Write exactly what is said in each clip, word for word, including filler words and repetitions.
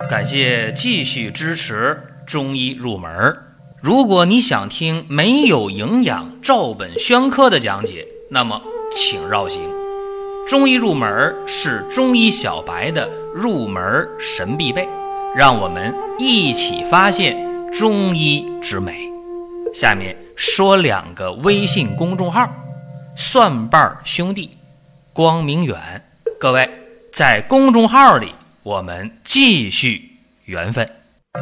感谢继续支持中医入门。如果你想听没有营养照本宣科的讲解，那么请绕行。中医入门是中医小白的入门神必备，让我们一起发现中医之美。下面说两个微信公众号：蒜瓣兄弟、光明远。各位在公众号里，我们继续缘分。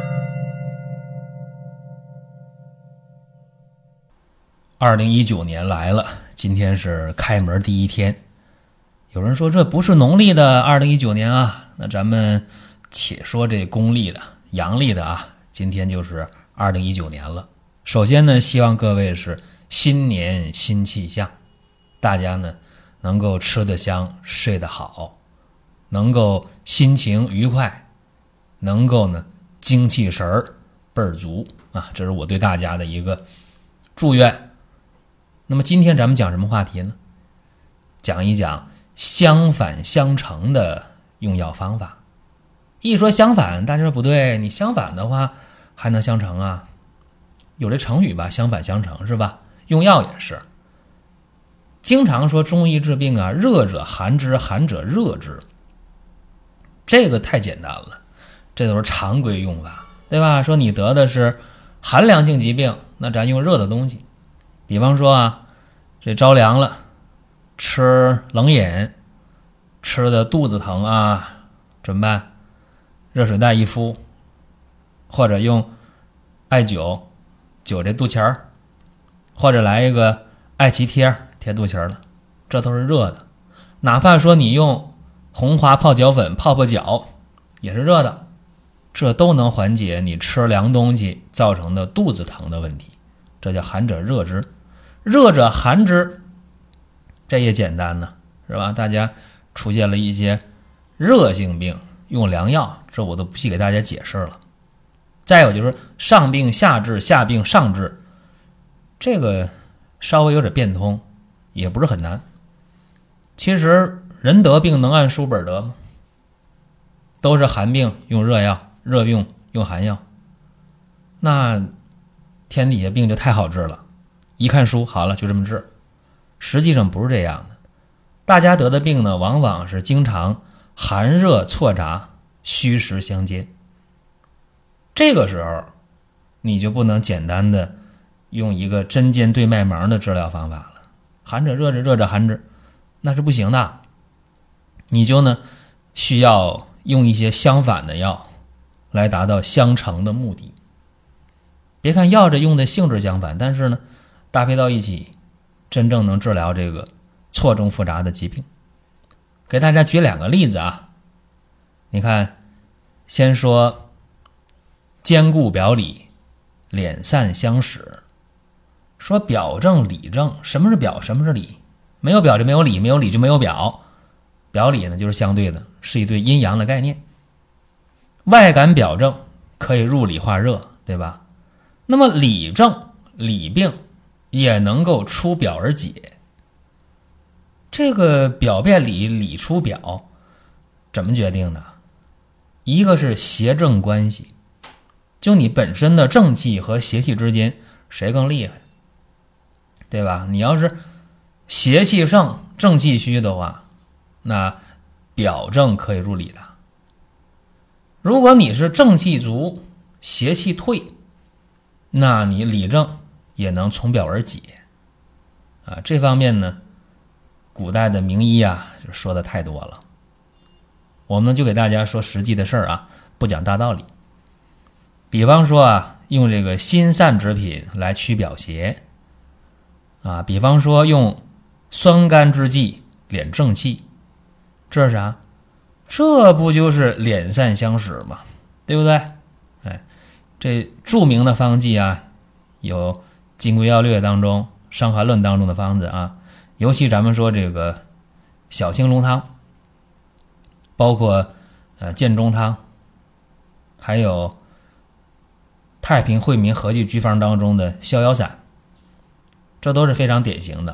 二零一九年来了，今天是开门第一天。有人说这不是农历的二零一九年啊，那咱们且说这公历的阳历的啊，今天就是二零一九年了。首先呢，希望各位是新年新气象，大家呢能够吃得香，睡得好，能够心情愉快，能够呢精气神儿倍儿足啊，这是我对大家的一个祝愿。那么今天咱们讲什么话题呢？讲一讲相反相成的用药方法。一说相反，大家说不对，你相反的话还能相成啊？有这成语吧，相反相成是吧？用药也是。经常说中医治病啊，热者寒之，寒者热之。这个太简单了，这都是常规用法，对吧？说你得的是寒凉性疾病，那咱用热的东西。比方说啊，这着凉了，吃冷饮，吃的肚子疼啊，怎么办？热水袋一敷，或者用艾灸灸这肚脐儿，或者来一个艾脐贴贴肚脐儿了，这都是热的。哪怕说你用红花泡脚粉泡泡脚，也是热的，这都能缓解你吃凉东西造成的肚子疼的问题。这叫寒者热之，热者寒之，这也简单呢，是吧？大家出现了一些热性病，用凉药，这我都不细给大家解释了。再有就是上病下治，下病上治，这个稍微有点变通，也不是很难。其实人得病能按书本得吗？都是寒病用热药，热病用寒药，那天底下病就太好治了，一看书好了就这么治。实际上不是这样的，大家得的病呢，往往是经常寒热错杂，虚实相间。这个时候你就不能简单的用一个针尖对麦芒的治疗方法了，寒者热之，热者寒之，那是不行的。你就呢需要用一些相反的药来达到相成的目的。别看药这用的性质相反，但是呢搭配到一起，真正能治疗这个错综复杂的疾病。给大家举两个例子啊，你看，先说兼顾表里，敛散相使。说表证里证，什么是表，什么是里？没有表就没有里，没有里就没有表。表里呢就是相对的，是一对阴阳的概念。外感表证可以入里化热，对吧？那么里证里病也能够出表而解。这个表变里，里出表，怎么决定的？一个是邪正关系，就你本身的正气和邪气之间谁更厉害，对吧？你要是邪气盛正气虚的话，那表证可以入里的。如果你是正气足邪气退，那你里证也能从表而解啊。这方面呢，古代的名医啊就说的太多了，我们就给大家说实际的事儿啊，不讲大道理。比方说啊，用这个辛散之品来驱表邪啊，比方说用酸甘之剂敛正气，这是啥？这不就是敛散相使吗？对不对？哎，这著名的方剂啊，有《金匮要略》当中、《伤寒论》当中的方子啊，尤其咱们说这个小青龙汤，包括呃建中汤，还有太平惠民合剂局方当中的逍遥散，这都是非常典型的。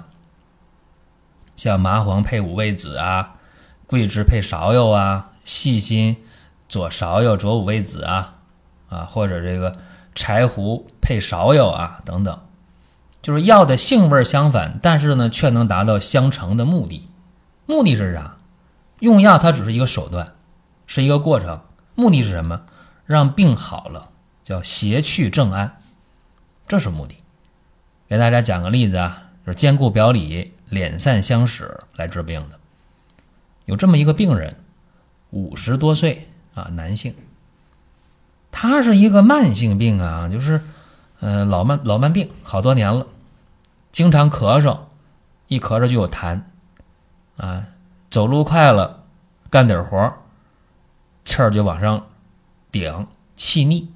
像麻黄配五味子啊，桂枝配芍药啊，细辛左芍药左五味子啊啊，或者这个柴胡配芍药啊等等，就是药的性味相反，但是呢却能达到相成的目的。目的是啥？用药它只是一个手段，是一个过程，目的是什么？让病好了，叫邪去正安，这是目的。给大家讲个例子啊，就是兼顾表里，敛散相使来治病的。有这么一个病人，五十多岁啊，男性，他是一个慢性病啊，就是呃老慢老慢病，好多年了，经常咳嗽，一咳嗽就有痰啊，走路快了，干点活气儿就往上顶，气逆。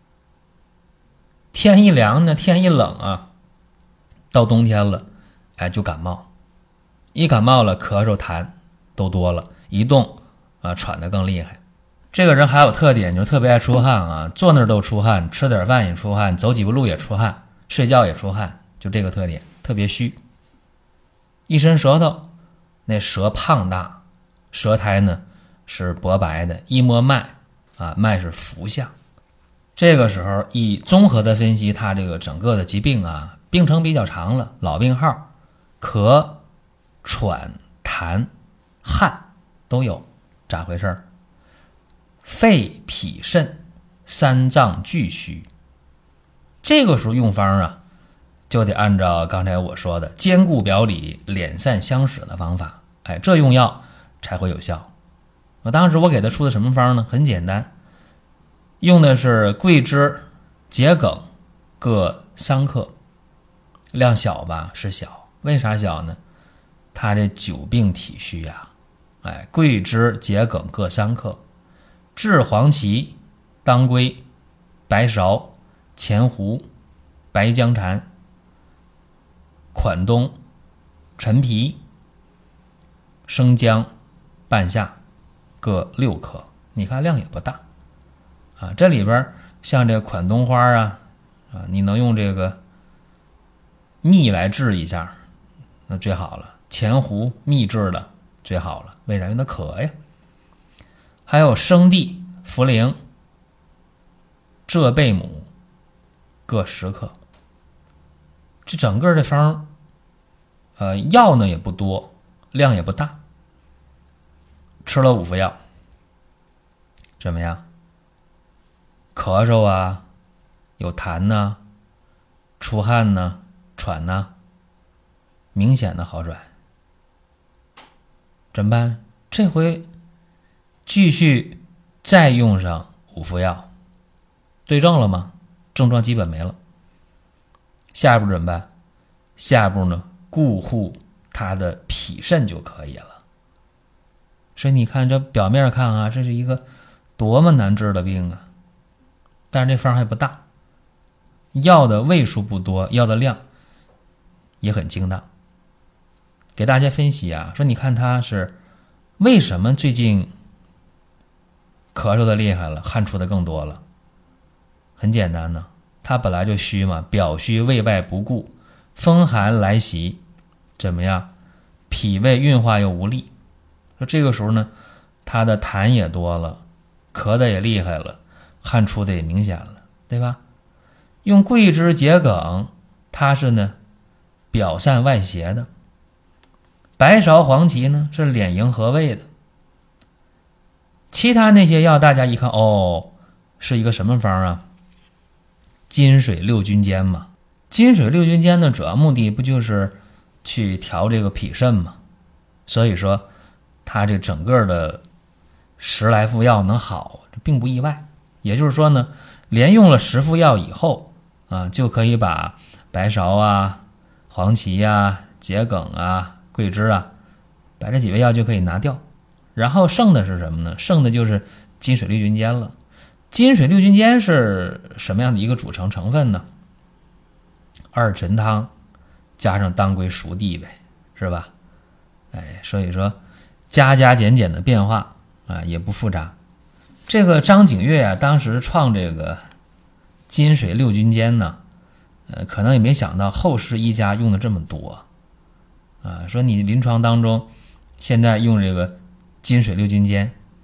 天一凉呢，天一冷啊，到冬天了，哎就感冒，一感冒了，咳嗽痰都多了，一动啊喘得更厉害。这个人还有特点，就是特别爱出汗啊，坐那儿都出汗，吃点饭也出汗，走几步路也出汗，睡觉也出汗，就这个特点，特别虚。一伸舌头，那舌胖大，舌苔呢是薄白的，一摸脉啊，脉是浮下。这个时候一综合的分析他这个整个的疾病啊，病程比较长了，老病号，咳、喘、痰、汗都有，咋回事？肺、脾、肾三脏俱虚。这个时候用方啊，就得按照刚才我说的兼顾表里，敛散相使的方法，哎，这用药才会有效。我当时我给他出的什么方呢？很简单，用的是桂枝、桔梗各三克，量小吧？是小，为啥小呢？他这久病体虚呀、啊，哎，桂枝、桔梗各三克，炙黄芪、当归、白芍、前胡、白姜蝉、款冬、陈皮、生姜、半夏各六克，你看量也不大啊。这里边像这款冬花啊啊，你能用这个蜜来治一下，那最好了。前胡蜜制的最好了，为啥？因为它渴呀。还有生地、茯苓、浙贝母各十克。这整个的方，呃，药呢也不多，量也不大。吃了五副药，怎么样？咳嗽啊，有痰呐、啊，出汗呐、啊，喘呐、啊，明显的好转。怎么办？这回继续再用上五副药，对症了吗？症状基本没了。下一步怎么办？下一步呢，固护他的脾肾就可以了。所以你看，这表面看啊，这是一个多么难治的病啊！但是这方还不大，药的位数不多，药的量也很精当。给大家分析啊，说你看他是为什么最近咳嗽的厉害了，汗出的更多了？很简单呢，他本来就虚嘛，表虚胃外不顾，风寒来袭，怎么样？脾胃运化又无力。说这个时候呢，他的痰也多了，咳的也厉害了，汗出的也明显了，对吧？用桂枝、桔梗，它是呢表散外邪的；白芍、黄芪呢是敛营和胃的。其他那些药，大家一看，哦，是一个什么方啊？金水六君煎嘛。金水六君煎的主要目的不就是去调这个脾肾嘛？所以说它这整个的十来副药能好，这并不意外。也就是说呢，连用了十副药以后啊，就可以把白芍啊、黄芪啊、桔梗啊、桂枝啊，把这几味药就可以拿掉。然后剩的是什么呢？剩的就是金水六君煎了。金水六君煎是什么样的一个组成成分呢？二陈汤加上当归熟地呗，是吧？哎，所以说加加减减的变化啊，也不复杂。这个张景岳啊，当时创这个金水六君煎呢，呃，可能也没想到后世医家用的这么多啊。说你临床当中现在用这个金水六君煎，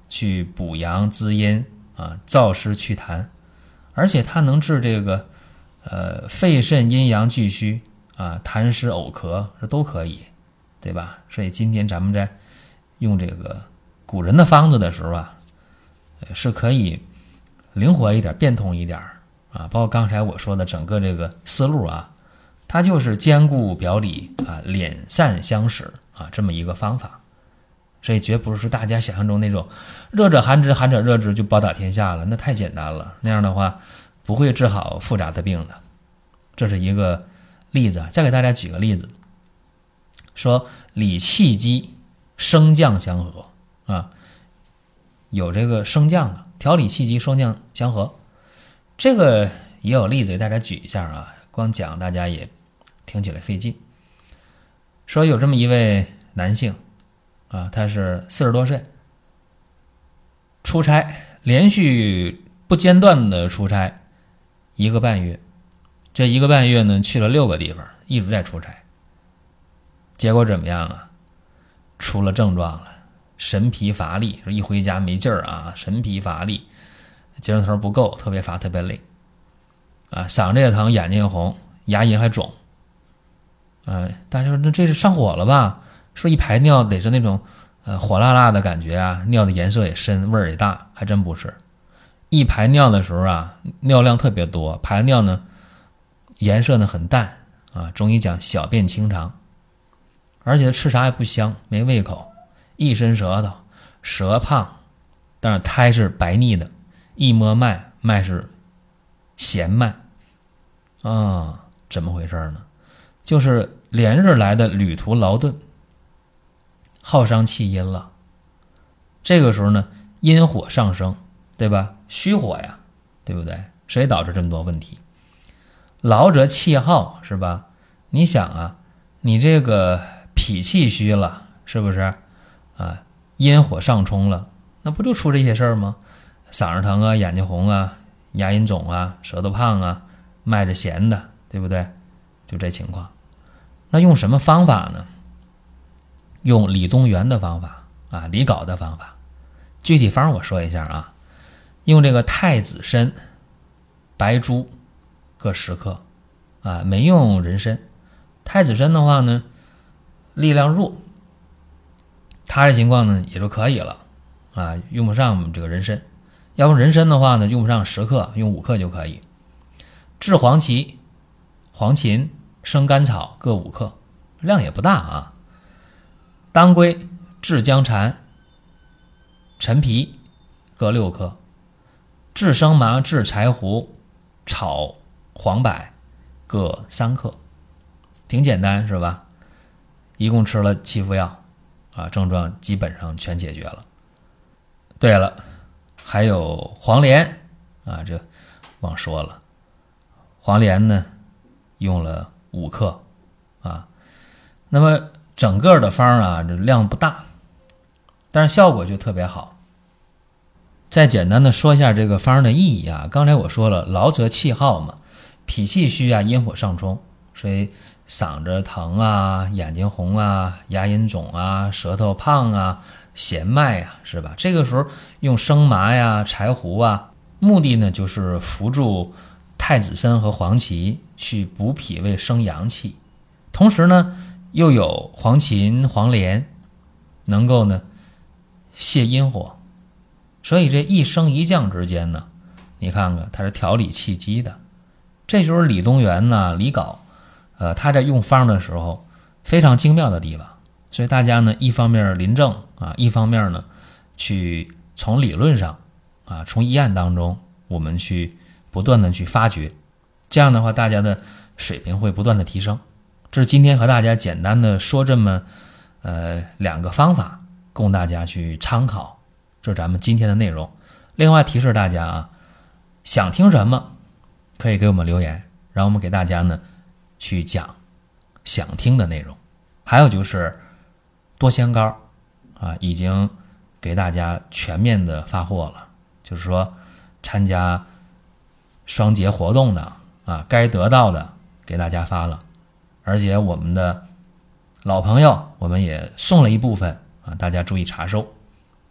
去补阳滋阴啊，燥湿祛痰，而且它能治这个呃肺肾阴阳俱虚啊，痰湿呕咳这都可以，对吧？所以今天咱们在用这个古人的方子的时候啊，是可以灵活一点、变通一点啊，包括刚才我说的整个这个思路啊，它就是兼顾表里啊，敛散相使啊，这么一个方法。所以绝不是大家想象中那种热者寒之，寒者热之就包打天下了，那太简单了，那样的话不会治好复杂的病的。这是一个例子，再给大家举个例子，说理气机升降相和啊，有这个升降的调理气机升降相和，这个也有例子给大家举一下啊，光讲大家也听起来费劲。说有这么一位男性啊，他是四十多岁，出差连续不间断的出差一个半月，这一个半月呢去了六个地方，一直在出差。结果怎么样啊？出了症状了，神疲乏力，一回家没劲儿啊，神疲乏力，精神头不够，特别乏，特别累啊，嗓子也疼，眼睛也红，牙龈还肿。哎，大家说那这是上火了吧？说一排尿得是那种呃火辣辣的感觉啊，尿的颜色也深，味儿也大，还真不是。一排尿的时候啊，尿量特别多，排尿呢颜色呢很淡啊，中医讲小便清长，而且吃啥也不香，没胃口，一伸舌头，舌胖，但是苔是白腻的，一摸脉，脉是弦脉啊，怎么回事呢？就是连日来的旅途劳顿，耗伤气阴了。这个时候呢，阴火上升，对吧？虚火呀，对不对？所以导致这么多问题。劳则气耗，是吧？你想啊，你这个脾气虚了，是不是啊？阴火上冲了，那不就出这些事儿吗？嗓子疼啊，眼睛红啊，牙龈肿啊，舌头胖啊，脉着弦的，对不对？就这情况。那用什么方法呢？用李东垣的方法啊，李皋的方法。具体方我说一下啊，用这个太子参、白术各十克啊，没用人参。太子参的话呢，力量弱，他这情况呢也就可以了啊，用不上这个人参。要用人参的话呢，用不上十克，用五克就可以。炙黄芪、黄芩、生甘草各五克，量也不大啊。当归、炙姜蝉、陈皮各六克，炙生麻、炙柴胡、炒黄柏各三克，挺简单是吧？一共吃了七副药啊，症状基本上全解决了。对了，还有黄连啊，这忘说了，黄连呢用了五克啊，那么整个的方啊，这量不大，但是效果就特别好。再简单的说一下这个方的意义啊，刚才我说了，劳则气耗嘛，脾气虚啊，阴火上冲，所以嗓子疼啊，眼睛红啊，牙龈肿啊，舌头胖啊，弦脉啊，是吧？这个时候用生麻呀、柴胡啊，目的呢就是扶助太子参和黄芪去补脾胃生阳气，同时呢又有黄芩、黄连能够呢泻阴火，所以这一升一降之间呢，你看看它是调理气机的。这就是李东垣呢、李皋呃他在用方的时候非常精妙的地方。所以大家呢一方面临证啊，一方面呢去从理论上啊，从医案当中我们去不断的去发掘，这样的话大家的水平会不断的提升。这是今天和大家简单的说这么呃两个方法，供大家去参考，这是咱们今天的内容。另外提示大家啊，想听什么可以给我们留言，让我们给大家呢去讲想听的内容。还有就是多仙膏啊，已经给大家全面的发货了，就是说参加双节活动的啊，该得到的给大家发了，而且我们的老朋友我们也送了一部分啊，大家注意查收。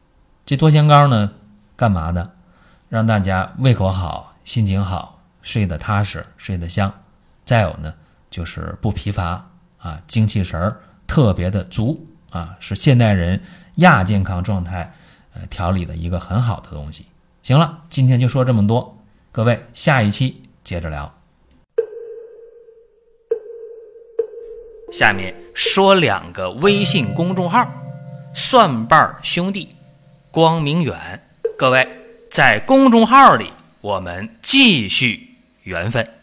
这多香膏呢，干嘛的？让大家胃口好，心情好，睡得踏实，睡得香。再有呢，就是不疲乏啊，精气神儿特别的足啊，是现代人亚健康状态呃调理的一个很好的东西。行了，今天就说这么多，各位下一期接着聊。 下面说两个微信公众号：蒜瓣兄弟、光明远。各位在公众号里，我们继续缘分。